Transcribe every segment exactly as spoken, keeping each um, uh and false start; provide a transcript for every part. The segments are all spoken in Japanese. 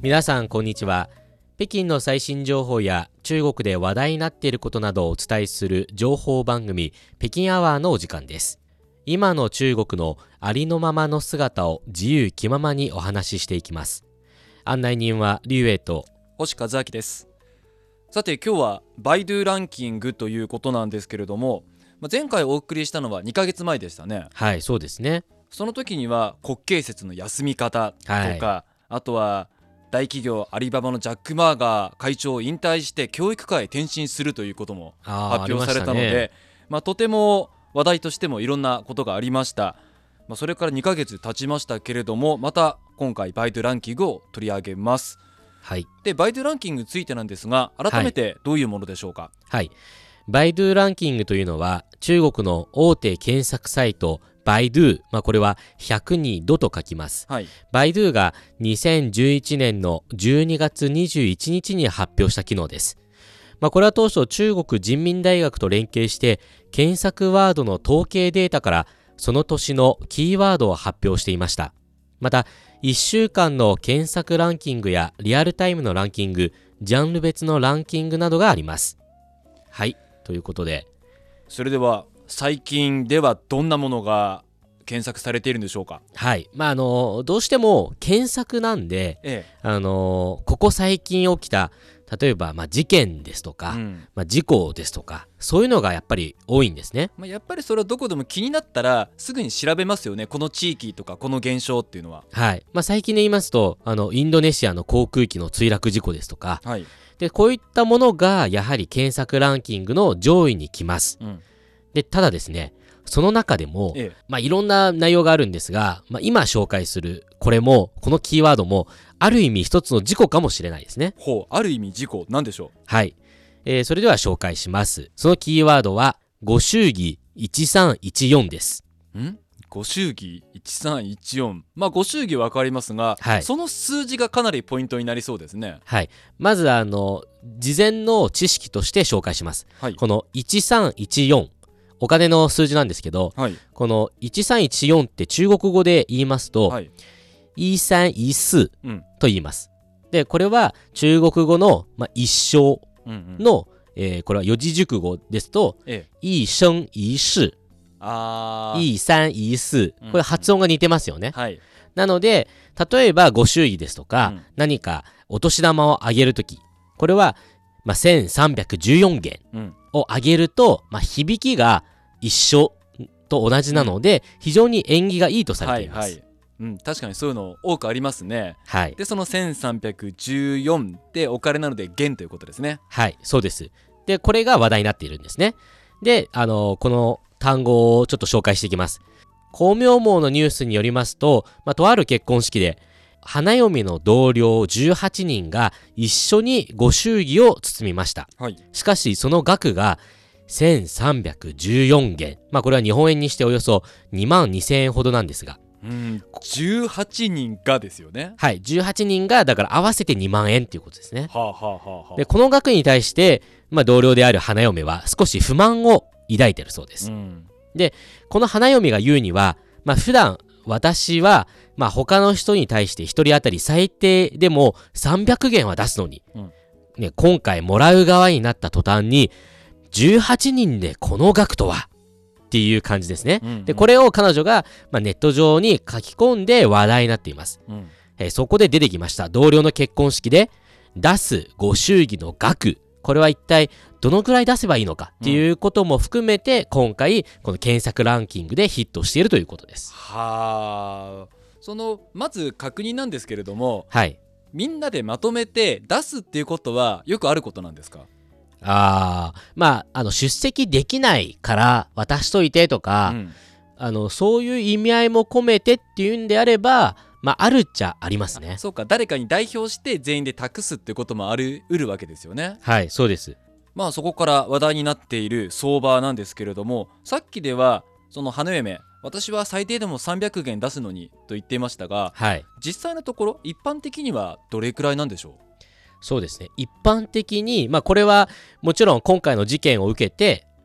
皆さんこんにちは。北京の最新情報や中国で話題になっていることなどをお伝えする情報番組北京アワーのお時間です。今の中国のありのままの姿を自由気ままにお話ししていきます。案内人は劉英と星和明です。さて今日はバイドゥランキングということなんですけれども、前回お送りしたのはにかげつまえでしたね。 はい、そうですね。 その時には国慶節の休み方とか、はい、あとは大企業アリババのジャック・マーが会長を引退して教育界へ転身するということも発表されたので、まあ、とても話題としてもいろんなことがありました。まあ、それからにかげつ経ちましたけれども、また今回バイドゥランキングを取り上げます。 はい、 でバイドゥランキングについてなんですが、改めてどういうものでしょうか。 はい、バイドゥランキングというのは中国の大手検索サイトバイドゥ、まあ、これはひゃくに度と書きます、はい、バイドゥがにせんじゅういちねんのじゅうにがつにじゅういちにちに発表した機能です。まあ、これは当初中国人民大学と連携して検索ワードの統計データからその年のキーワードを発表していました。またいっしゅうかんの検索ランキングやリアルタイムのランキング、ジャンル別のランキングなどがあります。はい、ということで、 それでは最近ではどんなものが検索されているんでしょうか。 はい、まああのどうしても検索なんで、ええ、あのここ最近起きた例えば、まあ、事件ですとか、うんまあ、事故ですとか、そういうのがやっぱり多いんですね。 まあ、やっぱりそれはどこでも気になったらすぐに調べますよね、この地域とかこの現象っていうのは。 はい、まあ、最近で言いますとあのインドネシアの航空機の墜落事故ですとか、はい、でこういったものがやはり検索ランキングの上位に来ます、うん、でただですね、その中でも、ええまあ、いろんな内容があるんですが、まあ、今紹介するこれもこのキーワードもある意味一つの事故かもしれないですね。 ほう、ある意味事故なんでしょう。 はい、えー、それでは紹介します。そのキーワードはご祝儀いちさんいちよんです。 んご祝儀いちさんいちよん、まあご祝儀は分かりますが、はい、その数字がかなりポイントになりそうですね。 はい、まずあの事前の知識として紹介します、はい、このいちさんいちよんお金の数字なんですけど、はい、このいちさんいちよんって中国語で言いますと、はい、一三一四と言います、うん、でこれは中国語の、まあ、一生の、うんうんえー、これは四字熟語ですと、ええ、一生一世、あ一三一四、これ発音が似てますよね、うんうんはい、なので例えばご祝儀ですとか、うん、何かお年玉をあげるとき、これは、まあ、せんさんびゃくじゅうよんげんをあげると、まあ、響きが一緒と同じなので、うん、非常に縁起がいいとされています、はいはいうん、確かにそういうの多くありますね、はい、でそのせんさんびゃくじゅうよんでお金なので元ということですね。 はい、そうです。でこれが話題になっているんですね。であのこの単語をちょっと紹介していきます。光明網のニュースによりますと、まあ、とある結婚式で花嫁の同僚じゅうはちにんが一緒にご祝儀を包みました、はい、しかしその額がせんさんびゃくじゅうよんげん、まあこれは日本円にしておよそにまんにせんえんほどなんですが、 うん、じゅうはちにんがですよね。 はい、じゅうはちにんがだから合わせてにまんえんっていうことですね。 はあはあはあはあ、 でこの額に対して、まあ、同僚である花嫁は少し不満を抱いているそうです、うん、でこの花嫁が言うには、まあ、普段私は、まあ、他の人に対してひとり当たり最低でもさんびゃくげんは出すのに、うんね、今回もらう側になった途端にじゅうはちにんでこの額とはっていう感じですね、うんうん、でこれを彼女が、まあ、ネット上に書き込んで話題になっています、うんえー、そこで出てきました同僚の結婚式で出すご祝儀の額、これは一体どのくらい出せばいいのかっていうことも含めて、うん、今回この検索ランキングでヒットしているということです。 はあ、そのまず確認なんですけれども、 はい、 みんなでまとめて出すっていうことはよくあることなんですか。 あーまああの出席できないから渡しといてとか、うん、あのそういう意味合いも込めてっていうんであれば、まああるっちゃありますね。 そうか、誰かに代表して全員で託すっていうこともあるうるわけですよね。 はい、そうです。 まあそこから話題になっている相場なんですけれども、さっきではその花嫁、私は最低でもさんびゃくげん出すのにと言っていましたが、はい、実際のところ一般的にはどれくらいなんでしょう。 そうですね、一般的に、まあ、これはもちろん今回の事件を受けて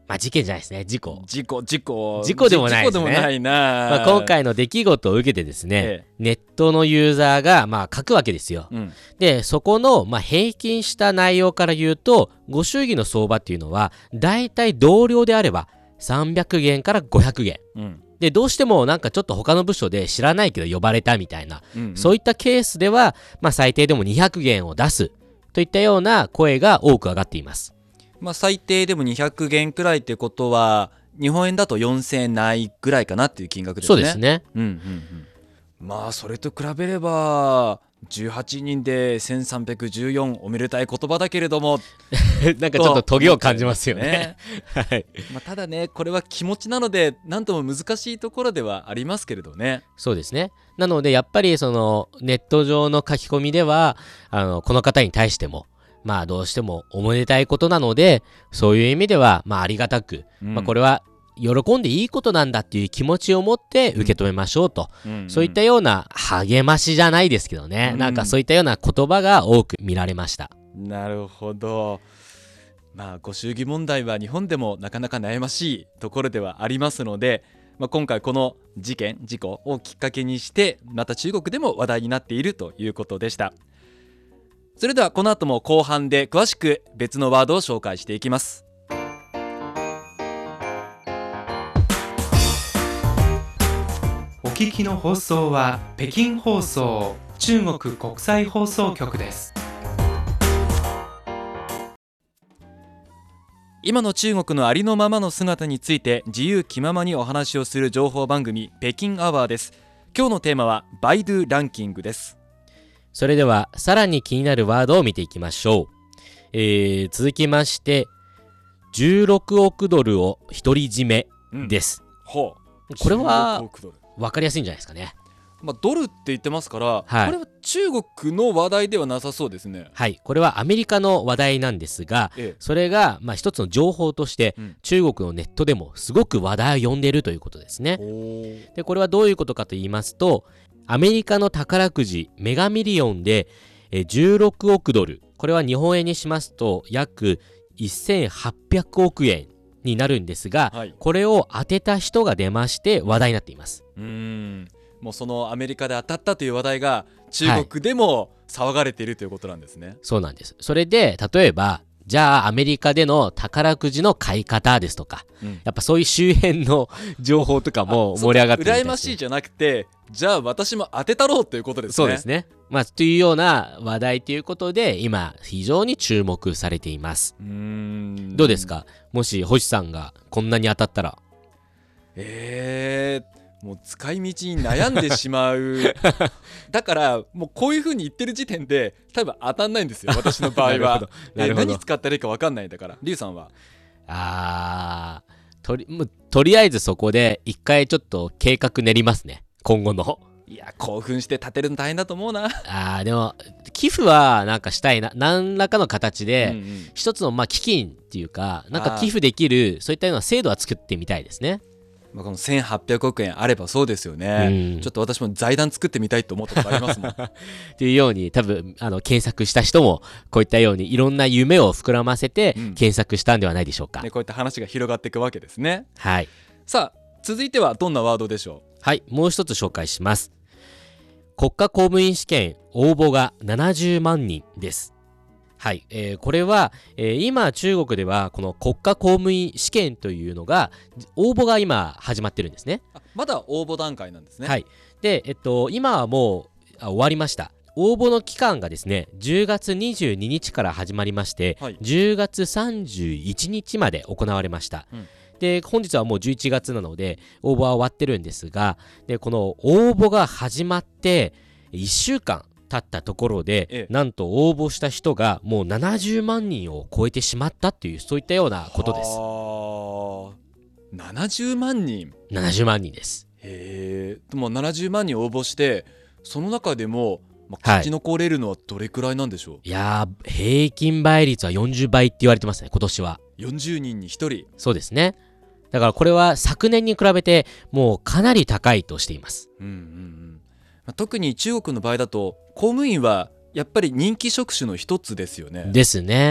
まあ事件じゃないですね、事故。 事故、事故。 事故でもないですね。 事故でもないな。 まあ今回の出来事を受けてですね、ええ、ネットのユーザーがまあ書くわけですよ。うん、で、そこのまあ平均した内容から言うと、ご祝儀の相場っていうのは、だいたい同僚であればさんびゃくげんからごひゃくげん。うん、で、どうしてもなんかちょっと他の部署で知らないけど呼ばれたみたいな、うんうん、そういったケースでは、まあ最低でもにひゃくげんを出すといったような声が多く上がっています。 まあ、最低でもにひゃくげんくらいってことは日本円だとよんせんえんないぐらいかなっていう金額ですね。 そうですね、 うんうんうん、まあそれと比べればじゅうはちにんでせんさんびゃくじゅうよんおめでたい言葉だけれどもなんかちょっとトゲを感じますよねはいまあ、ただねこれは気持ちなので何とも難しいところではありますけれどね。 そうですね。なのでやっぱりそのネット上の書き込みではあのこの方に対してもまあどうしてもおめでたいことなので、そういう意味ではまあありがたく、うん、まあこれは喜んでいいことなんだっていう気持ちを持って受け止めましょうと、うん、そういったような励ましじゃないですけどね、うん、なんかそういったような言葉が多く見られました。 なるほど。まあご祝儀問題は日本でもなかなか悩ましいところではありますので、まあ、今回この事件事故をきっかけにしてまた中国でも話題になっているということでした。それではこの後も後半で詳しく別のワードを紹介していきます。 お聞きの放送は北京放送中国国際放送局です。 今の中国のありのままの姿について自由気ままにお話をする情報番組北京アワーです。今日のテーマはバイドゥランキングです。 それではさらに気になるワードを見ていきましょう。えー、続きましてじゅうろくおくドルを独り占めです、 うん、ほうこれは分かりやすいんじゃないですかね。 まあ、ドルって言ってますから、はい、これは中国の話題ではなさそうですね。 はい、これはアメリカの話題なんですが、ええ、それがまあ一つの情報として、うん、中国のネットでもすごく話題を呼んでいるということですね。でこれはどういうことかと言いますと、アメリカの宝くじメガミリオンでじゅうろくおくドル、これは日本円にしますと約せんはっぴゃくおくえんになるんですが、はい、これを当てた人が出まして話題になっています。 うーんもうそのアメリカで当たったという話題が中国でも騒がれているということなんですね。はい、 そうなんです。それで例えばじゃあアメリカでの宝くじの買い方ですとか、うん、やっぱそういう周辺の情報とかも盛り上がってるみたいですね。 羨ましいじゃなくてじゃあ私も当てたろうということですね。 そうですね。まあというような話題ということで今非常に注目されています。うーんどうですか、もし星さんがこんなに当たったら。 えーもう使い道に悩んでしまうだからもうこういう風に言ってる時点で多分当たんないんですよ私の場合はなるほど何使ったらいいか分かんないんだから。リュウさんはあー とり, もうとりあえずそこで一回ちょっと計画練りますね、今後の。 いや興奮して立てるの大変だと思うな。 あーでも寄付はなんかしたいな、何らかの形で、うんうん、一つのまあ基金っていうかなんか寄付できるそういったような制度は作ってみたいですね。 まあ、このせんはっぴゃくおくえんあればそうですよね、うん、ちょっと私も財団作ってみたいと思ったことありますもんというように多分あの検索した人もこういったようにいろんな夢を膨らませて検索したんではないでしょうか、 うんね、こういった話が広がっていくわけですね。 はい。 さあ続いてはどんなワードでしょう。はい、もう一つ紹介します。国家公務員試験応募がななじゅうまんにんです。はい、えー、これは、えー、今中国ではこの国家公務員試験というのが応募が今始まってるんですね。 あまだ応募段階なんですね。 はい。で、えっと、今はもうあ終わりました。応募の期間がですねじゅうがつにじゅうににちから始まりまして、はい、じゅうがつさんじゅういちにちまで行われました、うん、で本日はもうじゅういちがつなので応募は終わってるんですが、でこの応募が始まっていっしゅうかん経ったところで、ええ、なんと応募した人がもうななじゅうまんにんを超えてしまったっていうそういったようなことです。 はななじゅうまんにんななじゅうまんにんです。 へえ。でもななじゅうまんにん応募してその中でも、まあ、勝ち残れるのはどれくらいなんでしょう。はい、 いやー平均倍率はよんじゅうばいって言われてますね今年は。 よんじゅうにんにひとり。 そうですね。だからこれは昨年に比べてもうかなり高いとしています。 うんうんうん特に中国の場合だと公務員はやっぱり人気職種の一つですよね。 ですね。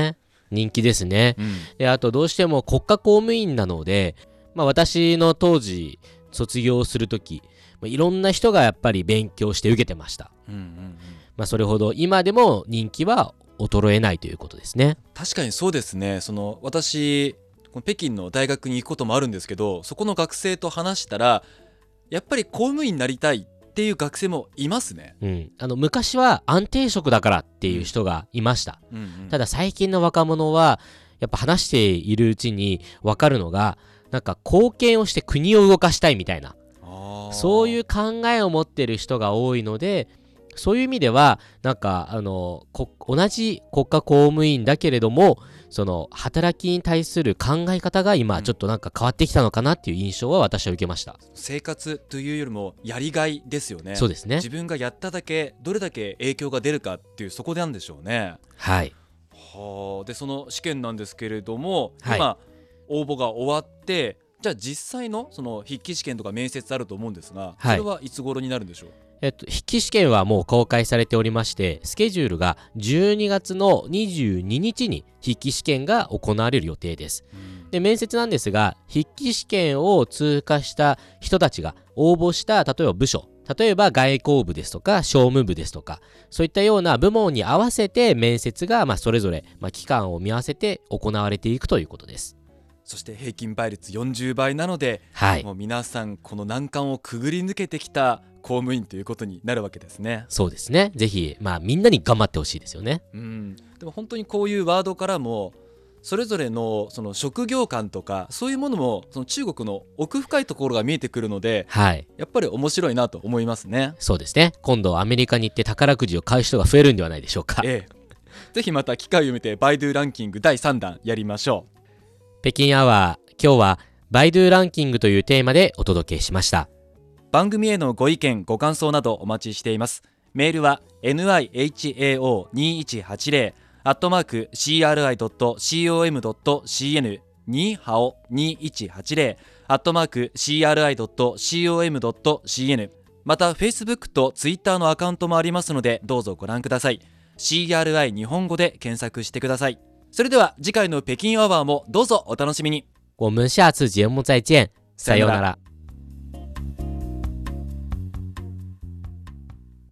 人気ですね、 うん、 であとどうしても国家公務員なので、まあ、私の当時卒業するときいろんな人がやっぱり勉強して受けてました、 うんうんうん、 まあ、それほど今でも人気は衰えないということですね。 確かにそうですね。その私北京の大学に行くこともあるんですけど、そこの学生と話したらやっぱり公務員になりたいっていう学生もいますね、 うん、あの昔は安定職だからっていう人がいました、 うんうんうん、 ただ最近の若者はやっぱ話しているうちに分かるのがなんか貢献をして国を動かしたいみたいな、そういう考えを持ってる人が多いので、そういう意味ではなんかあの同じ国家公務員だけれどもその働きに対する考え方が今ちょっとなんか変わってきたのかなっていう印象は私は受けました。 生活というよりもやりがいですよね。 そうですね。 自分がやっただけどれだけ影響が出るかっていうそこでなんでしょうね。 はい。 はあ。でその試験なんですけれども、はい、今応募が終わってじゃあ実際のその筆記試験とか面接あると思うんですが、それはいつ頃になるんでしょう。 えっと、筆記試験はもう公開されておりましてスケジュールがじゅうにがつのにじゅうににちに筆記試験が行われる予定です、うん、で面接なんですが筆記試験を通過した人たちが応募した例えば部署例えば外交部ですとか商務部ですとかそういったような部門に合わせて面接がまあそれぞれまあ期間を見合わせて行われていくということです。 そして平均倍率よんじゅうばいなので、はい、もう皆さんこの難関をくぐり抜けてきた公務員ということになるわけですね。 そうですね。ぜひ、まあ、みんなに頑張ってほしいですよね。 うん、でも本当にこういうワードからもそれぞれのその職業観とかそういうものもその中国の奥深いところが見えてくるので、はい、やっぱり面白いなと思いますね。 そうですね。今度アメリカに行って宝くじを買う人が増えるんではないでしょうか。 ええ、ぜひまた機会を見てバイドゥランキングだいさんだんやりましょう。 北京アワー、今日はバイドゥランキングというテーマでお届けしました。 番組へのご意見ご感想などお待ちしています。メールは エヌアイエイチエーオーにいちはちゼロ アットマーク シーアールアイドットコムドットシーエヌ ニーハオにいちはちゼロ アットマーク シーアールアイドットコムドットシーエヌ また Facebook と Twitter のアカウントもありますのでどうぞご覧ください。 シーアールアイ 日本語で検索してください。それでは次回の北京アワーもどうぞお楽しみに。 我们下次节目再见。さようなら。